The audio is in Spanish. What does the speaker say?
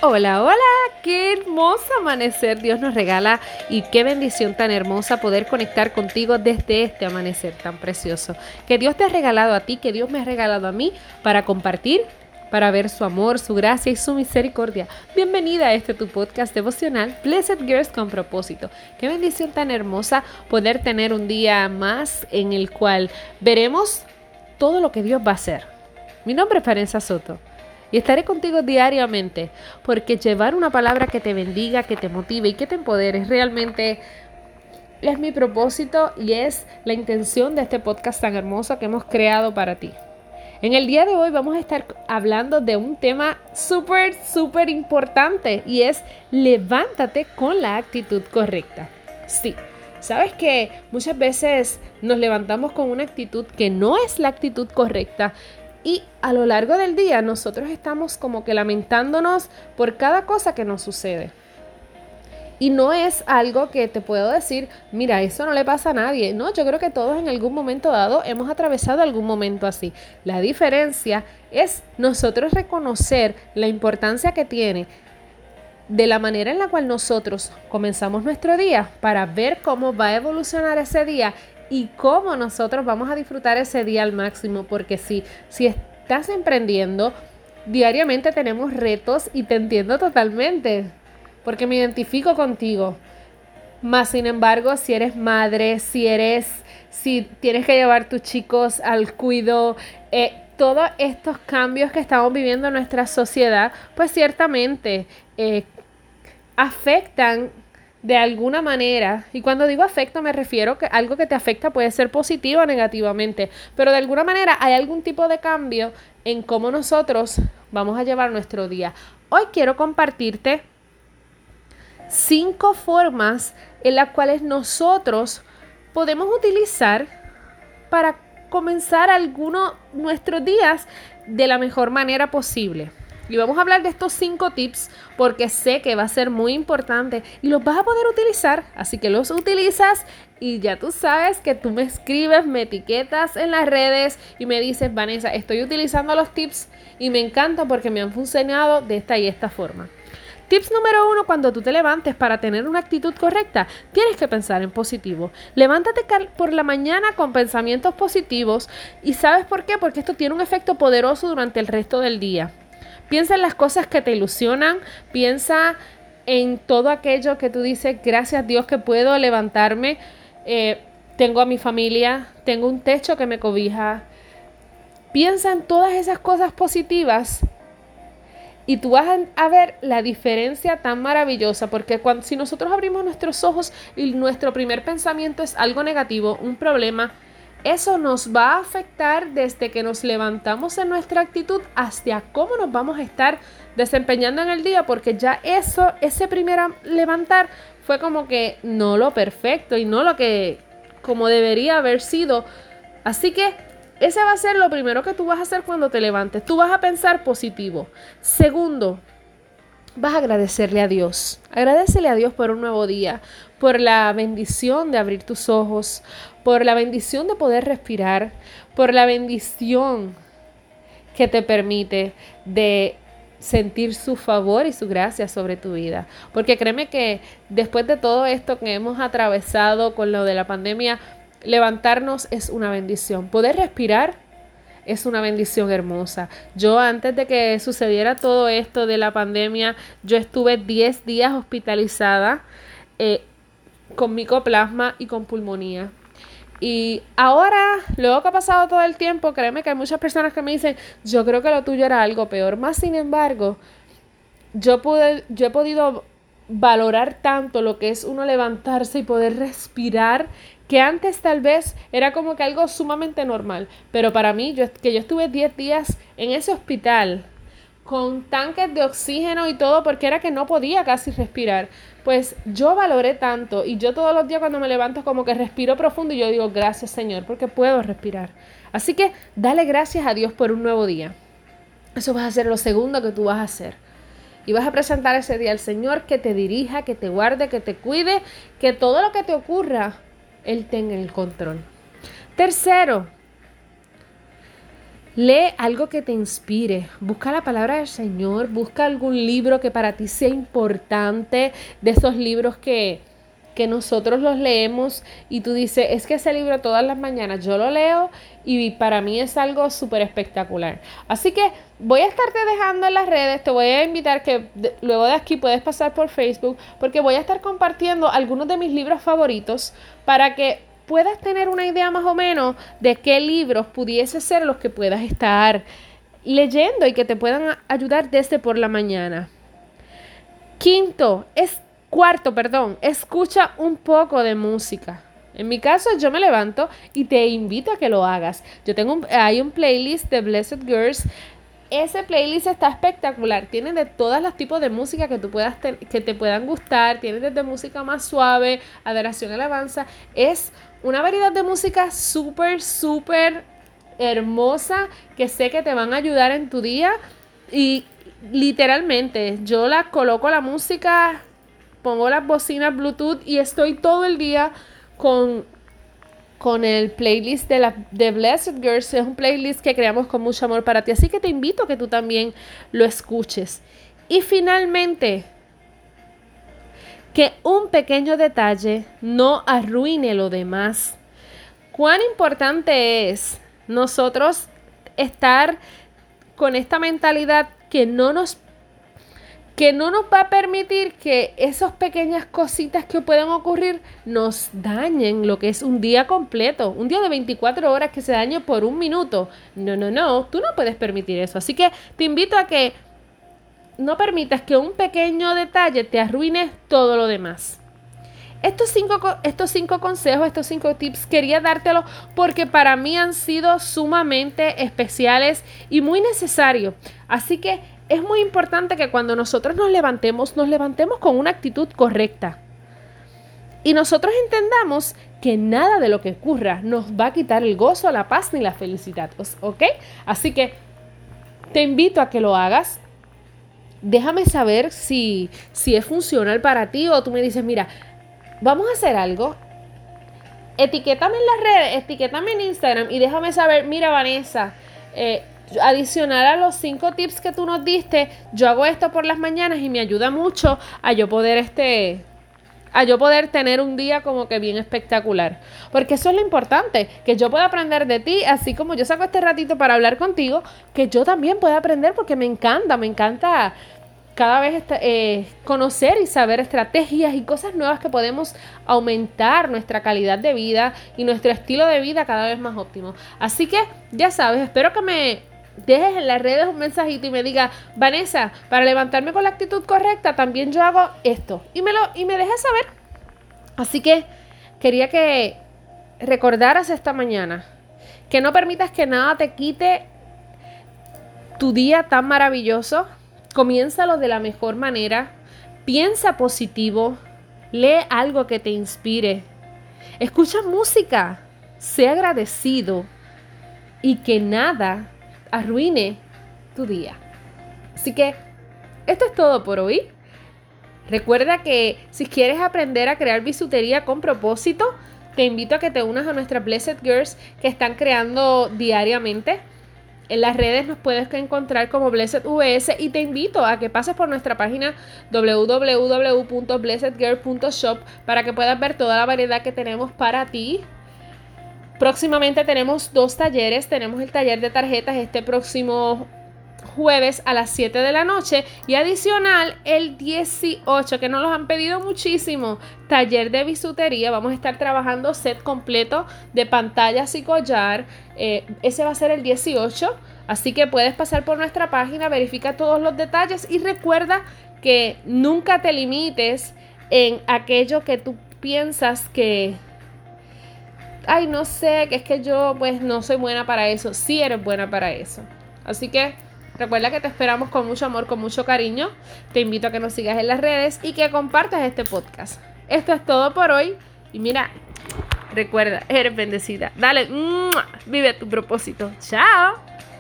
Hola, hola, qué hermoso amanecer Dios nos regala y qué bendición tan hermosa poder conectar contigo desde este amanecer tan precioso que Dios te ha regalado a ti, que Dios me ha regalado a mí para compartir, para ver su amor, su gracia y su misericordia. Bienvenida a este tu podcast devocional, Blessed Girls con propósito. Qué bendición tan hermosa poder tener un día más en el cual veremos todo lo que Dios va a hacer. Mi nombre es Parenza Soto. Y estaré contigo diariamente, porque llevar una palabra que te bendiga, que te motive y que te empodere realmente es mi propósito y es la intención de este podcast tan hermoso que hemos creado para ti. En el día de hoy vamos a estar hablando de un tema súper importante y es levántate con la actitud correcta. Sí, sabes que muchas veces nos levantamos con una actitud que no es la actitud correcta. Y a lo largo del día nosotros estamos como que lamentándonos por cada cosa que nos sucede. Y no es algo que te puedo decir, mira, eso no le pasa a nadie. No, yo creo que todos en algún momento dado hemos atravesado algún momento así. La diferencia es nosotros reconocer la importancia que tiene de la manera en la cual nosotros comenzamos nuestro día para ver cómo va a evolucionar ese día y cómo nosotros vamos a disfrutar ese día al máximo, porque si estás emprendiendo, diariamente tenemos retos y te entiendo totalmente, porque me identifico contigo. Más sin embargo, si eres madre, si tienes que llevar tus chicos al cuido, todos estos cambios que estamos viviendo en nuestra sociedad, pues ciertamente afectan de alguna manera, y cuando digo afecta me refiero que algo que te afecta puede ser positivo o negativamente, pero de alguna manera hay algún tipo de cambio en cómo nosotros vamos a llevar nuestro día. Hoy quiero compartirte 5 formas en las cuales nosotros podemos utilizar para comenzar nuestros días de la mejor manera posible. Y vamos a hablar de estos 5 tips porque sé que va a ser muy importante y los vas a poder utilizar. Así que los utilizas y ya tú sabes que tú me escribes, me etiquetas en las redes y me dices, Vanessa, estoy utilizando los tips y me encanta porque me han funcionado de esta y esta forma. Tips número 1, cuando tú te levantes para tener una actitud correcta, tienes que pensar en positivo. Levántate por la mañana con pensamientos positivos y ¿sabes por qué? Porque esto tiene un efecto poderoso durante el resto del día. Piensa en las cosas que te ilusionan, piensa en todo aquello que tú dices, gracias a Dios que puedo levantarme, tengo a mi familia, tengo un techo que me cobija. Piensa en todas esas cosas positivas y tú vas a ver la diferencia tan maravillosa, porque si nosotros abrimos nuestros ojos y nuestro primer pensamiento es algo negativo, un problema, eso nos va a afectar desde que nos levantamos en nuestra actitud hasta cómo nos vamos a estar desempeñando en el día, porque ya ese primer levantar fue como que no lo perfecto y no lo que como debería haber sido. Así que ese va a ser lo primero que tú vas a hacer cuando te levantes. Tú vas a pensar positivo. Segundo, vas a agradecerle a Dios. Agradecele a Dios por un nuevo día, por la bendición de abrir tus ojos, por la bendición de poder respirar, por la bendición que te permite de sentir su favor y su gracia sobre tu vida. Porque créeme que después de todo esto que hemos atravesado con lo de la pandemia, levantarnos es una bendición. Poder respirar es una bendición hermosa. Yo antes de que sucediera todo esto de la pandemia, yo estuve 10 días hospitalizada con micoplasma y con pulmonía. Y ahora, luego que ha pasado todo el tiempo, créeme que hay muchas personas que me dicen, yo creo que lo tuyo era algo peor. Más sin embargo, yo he podido valorar tanto lo que es uno levantarse y poder respirar, que antes tal vez era como que algo sumamente normal, pero para mí, yo estuve 10 días en ese hospital con tanques de oxígeno y todo, porque era que no podía casi respirar, pues yo valoré tanto y yo todos los días cuando me levanto como que respiro profundo y yo digo gracias Señor porque puedo respirar. Así que dale gracias a Dios por un nuevo día. Eso va a ser lo segundo que tú vas a hacer. Y vas a presentar ese día al Señor, que te dirija, que te guarde, que te cuide, que todo lo que te ocurra, Él tenga el control. Tercero, Lee algo que te inspire, busca la palabra del Señor, busca algún libro que para ti sea importante, de esos libros que nosotros los leemos y tú dices, es que ese libro todas las mañanas yo lo leo y para mí es algo súper espectacular. Así que voy a estarte dejando en las redes, te voy a invitar que luego de aquí puedes pasar por Facebook porque voy a estar compartiendo algunos de mis libros favoritos para que puedas tener una idea más o menos de qué libros pudiese ser los que puedas estar leyendo y que te puedan ayudar desde por la mañana. Cuarto, escucha un poco de música. En mi caso, yo me levanto y te invito a que lo hagas. Hay un playlist de Blessed Girls. Ese playlist está espectacular. Tiene de todos los tipos de música que que te puedan gustar. Tiene desde música más suave, adoración, alabanza. Es una variedad de música súper, súper hermosa que sé que te van a ayudar en tu día. Y literalmente, yo coloco la música, pongo las bocinas Bluetooth y estoy todo el día con el playlist de Blessed Girls. Es un playlist que creamos con mucho amor para ti. Así que te invito a que tú también lo escuches. Y finalmente, que un pequeño detalle no arruine lo demás. Cuán importante es nosotros estar con esta mentalidad que no nos va a permitir que esas pequeñas cositas que pueden ocurrir nos dañen lo que es un día completo, un día de 24 horas que se dañe por un minuto. No, tú no puedes permitir eso. Así que te invito a que no permitas que un pequeño detalle te arruine todo lo demás. Estos cinco consejos, estos 5 tips, quería dártelos porque para mí han sido sumamente especiales y muy necesarios. Así que es muy importante que cuando nosotros nos levantemos con una actitud correcta. Y nosotros entendamos que nada de lo que ocurra nos va a quitar el gozo, la paz ni la felicidad. ¿Ok? Así que te invito a que lo hagas. Déjame saber si es funcional para ti o tú me dices, mira, vamos a hacer algo. Etiquétame en las redes, etiquétame en Instagram y déjame saber, mira Vanessa, adicional a los 5 tips que tú nos diste, yo hago esto por las mañanas y me ayuda mucho a yo poder tener un día como que bien espectacular. Porque eso es lo importante, que yo pueda aprender de ti, así como yo saco este ratito para hablar contigo, que yo también pueda aprender porque me encanta cada vez conocer y saber estrategias y cosas nuevas que podemos aumentar nuestra calidad de vida y nuestro estilo de vida cada vez más óptimo. Así que ya sabes, espero que me dejes en las redes un mensajito y me digas, Vanessa, para levantarme con la actitud correcta también yo hago esto y me dejes saber. Así que quería que recordaras esta mañana que no permitas que nada te quite tu día tan maravilloso. Comiénzalo de la mejor manera, piensa positivo, lee algo que te inspire, escucha música, sé agradecido y que nada arruine tu día. Así que esto es todo por hoy. Recuerda que si quieres aprender a crear bisutería con propósito, te invito a que te unas a nuestras Blessed Girls que están creando diariamente. En las redes nos puedes encontrar como Blessed VS y te invito a que pases por nuestra página www.blessedgirl.shop para que puedas ver toda la variedad que tenemos para ti. Próximamente tenemos 2 talleres. Tenemos el taller de tarjetas este próximo jueves a las 7 de la noche y adicional el 18, que nos los han pedido muchísimo, taller de bisutería. Vamos a estar trabajando set completo de pantallas y collar. Ese va a ser el 18, así que puedes pasar por nuestra página, verifica todos los detalles y recuerda que nunca te limites en aquello que tú piensas que no sé, que es que yo pues no soy buena para eso. Sí eres buena para eso. Así que recuerda que te esperamos con mucho amor, con mucho cariño. Te invito a que nos sigas en las redes y que compartas este podcast. Esto es todo por hoy. Y mira, recuerda, eres bendecida. Dale, vive tu propósito. Chao.